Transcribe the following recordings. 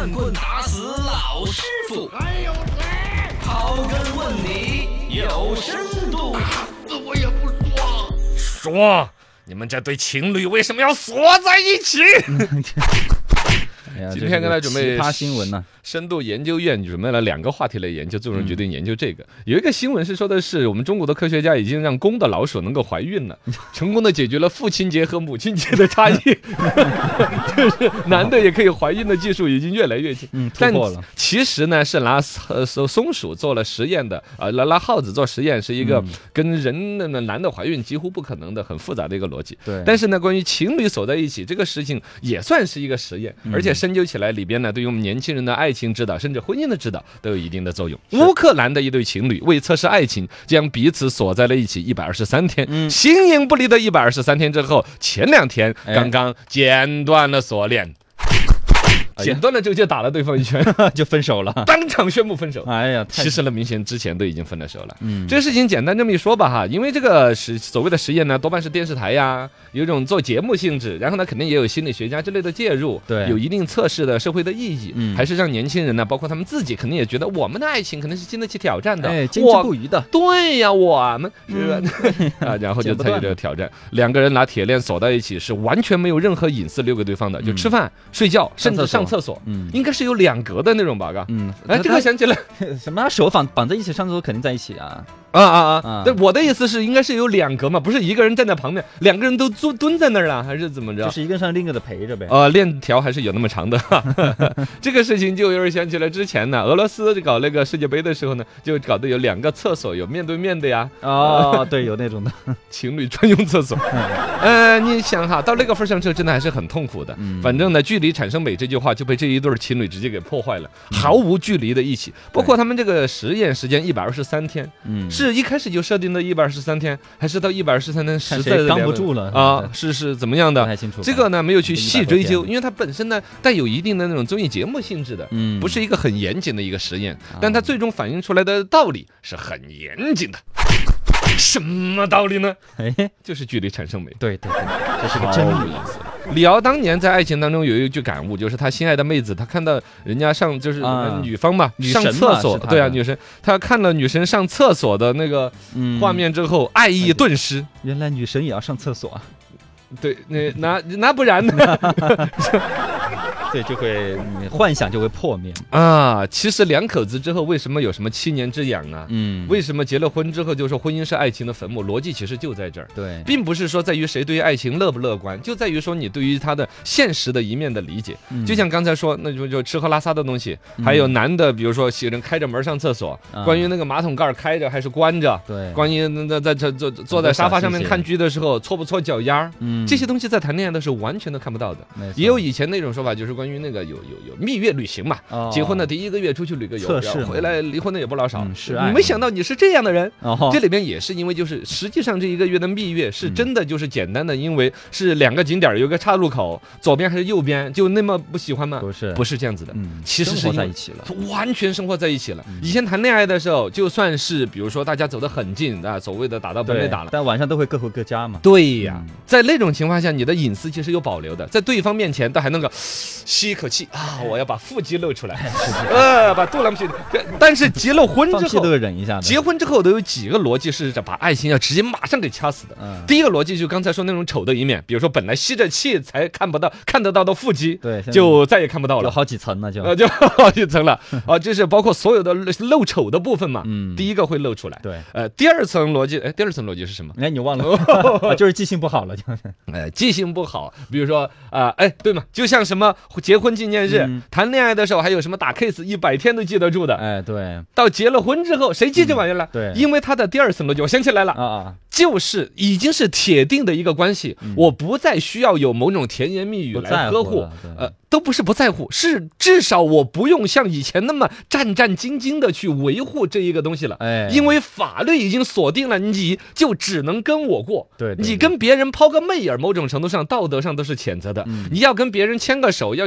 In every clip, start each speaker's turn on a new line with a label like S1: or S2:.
S1: 乱棍打死老师傅，
S2: 还有谁？
S1: 刨根问底有深度。
S2: 打死我也不说。
S3: 说，你们这对情侣为什么要锁在一起？
S4: 哎呀，
S3: 今天跟他准备
S4: 奇葩新闻呢。
S3: 深度研究院准备了2个话题来研究，最终决定研究这个。有一个新闻是说的是，我们中国的科学家已经让公的老鼠能够怀孕了，成功的解决了父亲节和母亲节的差异，就是男的也可以怀孕的技术已经越来越近。
S4: 突破了。
S3: 其实呢，是拿松鼠做了实验的，拿耗子做实验，是一个跟人的男的怀孕几乎不可能的很复杂的一个逻辑。
S4: 对。
S3: 但是呢，关于情侣锁在一起这个事情也算是一个实验，而且深究起来里边呢，对于我们年轻人的爱情指导，甚至婚姻的指导都有一定的作用。乌克兰的一对情侣为测试爱情，将彼此锁在了一起123天，形影不离的123天之后，前2天刚刚剪断了锁链。剪断了之后就打了对方一拳，
S4: 就分手了，
S3: 当场宣布分手。
S4: 哎呀，
S3: 其实呢，明显之前都已经分了手了。这个事情简单这么一说吧哈，因为这个所谓的实验呢，多半是电视台呀，有一种做节目性质，然后呢，肯定也有心理学家之类的介入，
S4: 对，
S3: 有一定测试的社会的意义，还是让年轻人呢，包括他们自己，肯定也觉得我们的爱情可能是经得起挑战的，
S4: 哎，坚持不渝的。
S3: 对呀，我们是吧？啊，然后就参与这个挑战，2个人拿铁链锁在一起，是完全没有任何隐私留给对方的，就吃饭、睡觉，甚至上厕所，应该是有2格的那种吧？哎，这个想起来，
S4: 什么手绑在一起上厕所肯定在一起啊。
S3: 对，我的意思是应该是有2格嘛，不是一个人站在旁边，2个人都蹲在那儿了，还是怎么着？
S4: 就是一个上另一个的陪着呗。
S3: 链条还是有那么长的。这个事情就有点想起来之前呢，俄罗斯搞那个世界杯的时候呢，就搞得有2个厕所，有面对面的呀。
S4: 哦，对，有那种的
S3: 情侣专用厕所。你想哈，到那个份上，这真的还是很痛苦的。反正呢，距离产生美这句话就被这一对情侣直接给破坏了，毫无距离的一起。包括他们这个实验时间123天，是一开始就设定的123天，还是到123天实在
S4: 扛不住了
S3: 啊？是怎么样的？
S4: 不太清楚。
S3: 这个呢没有去细追究，因为它本身呢带有一定的那种综艺节目性质的，不是一个很严谨的一个实验，但它最终反映出来的道理是很严谨的。什么道理呢？就是距离产生美。
S4: 对，这是个真理。
S3: 李敖当年在爱情当中有一句感悟，就是他心爱的妹子，他看到人家上就是女方嘛，上厕所，对啊，女神，他看了女神上厕所的那个画面之后，爱意顿失。
S4: 原来女神也要上厕所啊？
S3: 对，那不然呢？
S4: 对，就会幻想就会破灭
S3: 啊。其实2口子之后为什么有什么7年之痒啊？为什么结了婚之后就说婚姻是爱情的坟墓？逻辑其实就在这儿。
S4: 对，
S3: 并不是说在于谁对于爱情乐不乐观，就在于说你对于他的现实的一面的理解。就像刚才说，那就吃喝拉撒的东西，还有男的，比如说有人开着门上厕所，关于那个马桶盖开着还是关着，
S4: 对，
S3: 关于在坐在沙发上面看剧的时候搓不搓脚丫儿，这些东西在谈恋爱的时候完全都看不到的。也有以前那种说法，就是关于那个有蜜月旅行嘛，结婚的第1个月出去旅个游，回来离婚的也不老少。你没想到你是这样的人，这里边也是因为就是实际上这1个月的蜜月是真的就是简单的，因为是2个景点有个岔路口，左边还是右边，就那么不喜欢吗？不是这样子的，其实是
S4: 生活在一起了，
S3: 完全生活在一起了。以前谈恋爱的时候，就算是比如说大家走得很近啊，所谓的打到本垒打了，
S4: 但晚上都会各回各家嘛。
S3: 对呀，在那种情况下，你的隐私其实有保留的，在对方面前都还能够吸一口气啊，我要把腹肌露出来，把肚腩皮。但是结了婚之后
S4: 都忍一下的。
S3: 结婚之后都有几个逻辑是把爱情要直接马上给掐死的。第一个逻辑就刚才说那种丑的一面，比如说本来吸着气才看得到的腹肌，
S4: 对，
S3: 就再也看不到了，
S4: 有好几层呢，就
S3: 好几层了啊，就是包括所有的露丑的部分嘛。第一个会露出来。
S4: 对，
S3: 第二层逻辑是什么？
S4: 你忘了，就是记性不好了，就是。
S3: 记性不好，比如说对嘛，就像什么结婚纪念日，谈恋爱的时候还有什么打 case 100天都记得住的。对，到结了婚之后谁记这玩意儿了？
S4: 对，
S3: 因为他的第2层逻辑我想起来了就是已经是铁定的一个关系，我不再需要有某种甜言蜜语来呵护，都不是不在乎，是至少我不用像以前那么战战兢兢的去维护这一个东西了。因为法律已经锁定了，你就只能跟我过。对，你跟别人抛个媚眼，某种程度上道德上都是谴责的。你要跟别人牵个手，要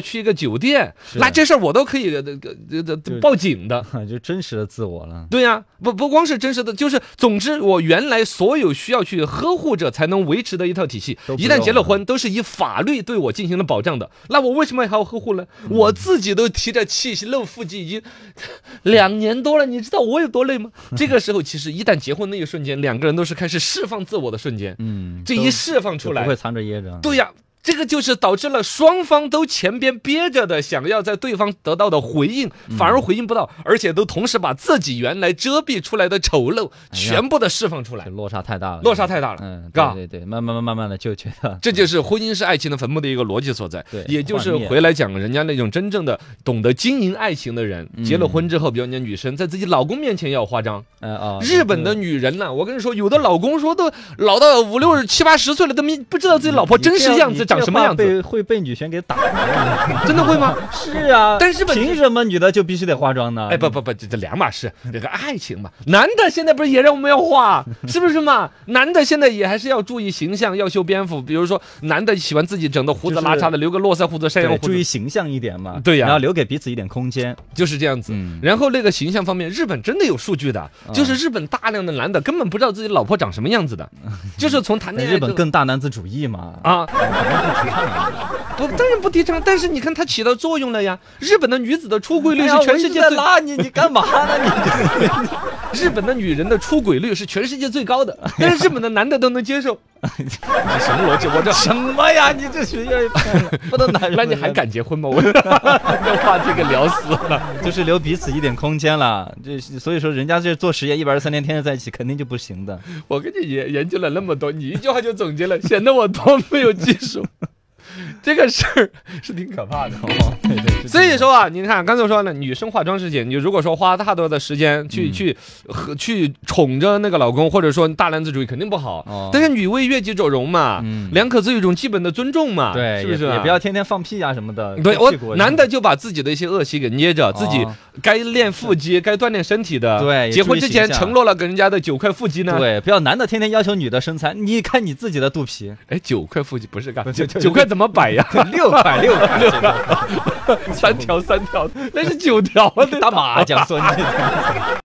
S3: 去一个酒店，那这事儿我都可以报警的，
S4: 就真实的自我了。
S3: 对呀，不光是真实的，就是总之我原来所有需要去呵护着才能维持的一套体系，一旦结了婚，都是以法律对我进行了保障的。那我为什么还要呵护呢？我自己都提着气漏腹肌已经2年多了，你知道我有多累吗？这个时候其实一旦结婚那一瞬间，两个人都是开始释放自我的瞬间。这一释放出来，
S4: 不会藏着掖着。
S3: 对呀。这个就是导致了双方都前边憋着的想要在对方得到的回应，反而回应不到，而且都同时把自己原来遮蔽出来的丑陋全部的释放出来，
S4: 落差太大了，
S3: 落差太大了。
S4: 对，慢慢的就觉得
S3: 这就是婚姻是爱情的坟墓的一个逻辑所在。对，也就是回来讲人家那种真正的懂得经营爱情的人，结了婚之后，比如人家女生在自己老公面前要化妆。日本的女人呢，我跟你说，有的老公说都老到5、6、7、80岁了，都不知道自己老婆真实样子长什么样子，
S4: 会被女权给打，
S3: 真的会吗？
S4: 是啊，
S3: 但是
S4: 凭什么女的就必须得化妆呢？
S3: 哎，不，这两码事，这个爱情嘛，男的现在不是也让我们要化，是不是嘛？男的现在也还是要注意形象，要修边幅，比如说男的喜欢自己整的胡子拉碴的，留个络腮胡子、山羊胡子，
S4: 注意形象一点嘛。
S3: 对呀，
S4: 然后留给彼此一点空间，
S3: 就是这样子。然后那个形象方面，日本真的有数据的，就是日本大量的男的根本不知道自己老婆长什么样子的，就是从谈恋爱。
S4: 日本更大男子主义嘛
S3: 啊，当然不提倡，但是你看它起到作用了呀。日本的女子的出轨率是全世界最
S4: 拉你干嘛呢你？
S3: 日本的女人的出轨率是全世界最高的，但是日本的男的都能接受。这什么逻辑？我这
S4: 什么呀？你这学校不能男人？
S3: 那你还敢结婚吗？我这话题给聊死了。
S4: 就是留彼此一点空间了。所以说人家这做实验123天天天在一起，肯定就不行的。
S3: 我跟你研究了那么多，你一句话就总结了，显得我多没有技术。这个事儿是挺可怕的。对，所以说啊，你看刚才我说呢，女生化妆事情，你如果说花太多的时间去宠着那个老公，或者说大男子主义肯定不好。但是女为悦己者容嘛，两可自有一种基本的尊重嘛，
S4: 对，
S3: 是不是？
S4: 也不要天天放屁啊什么的。
S3: 对，男的就把自己的一些恶习给捏着，自己该练腹肌、该锻炼身体的。对，结婚之前承诺了给人家的9块腹肌呢。
S4: 对，不要男的天天要求女的身材，你看你自己的肚皮。
S3: 哎，9块腹肌不是干9块怎么摆呀
S4: ？6块
S3: ，3条，那是9条，
S4: 打麻将说你。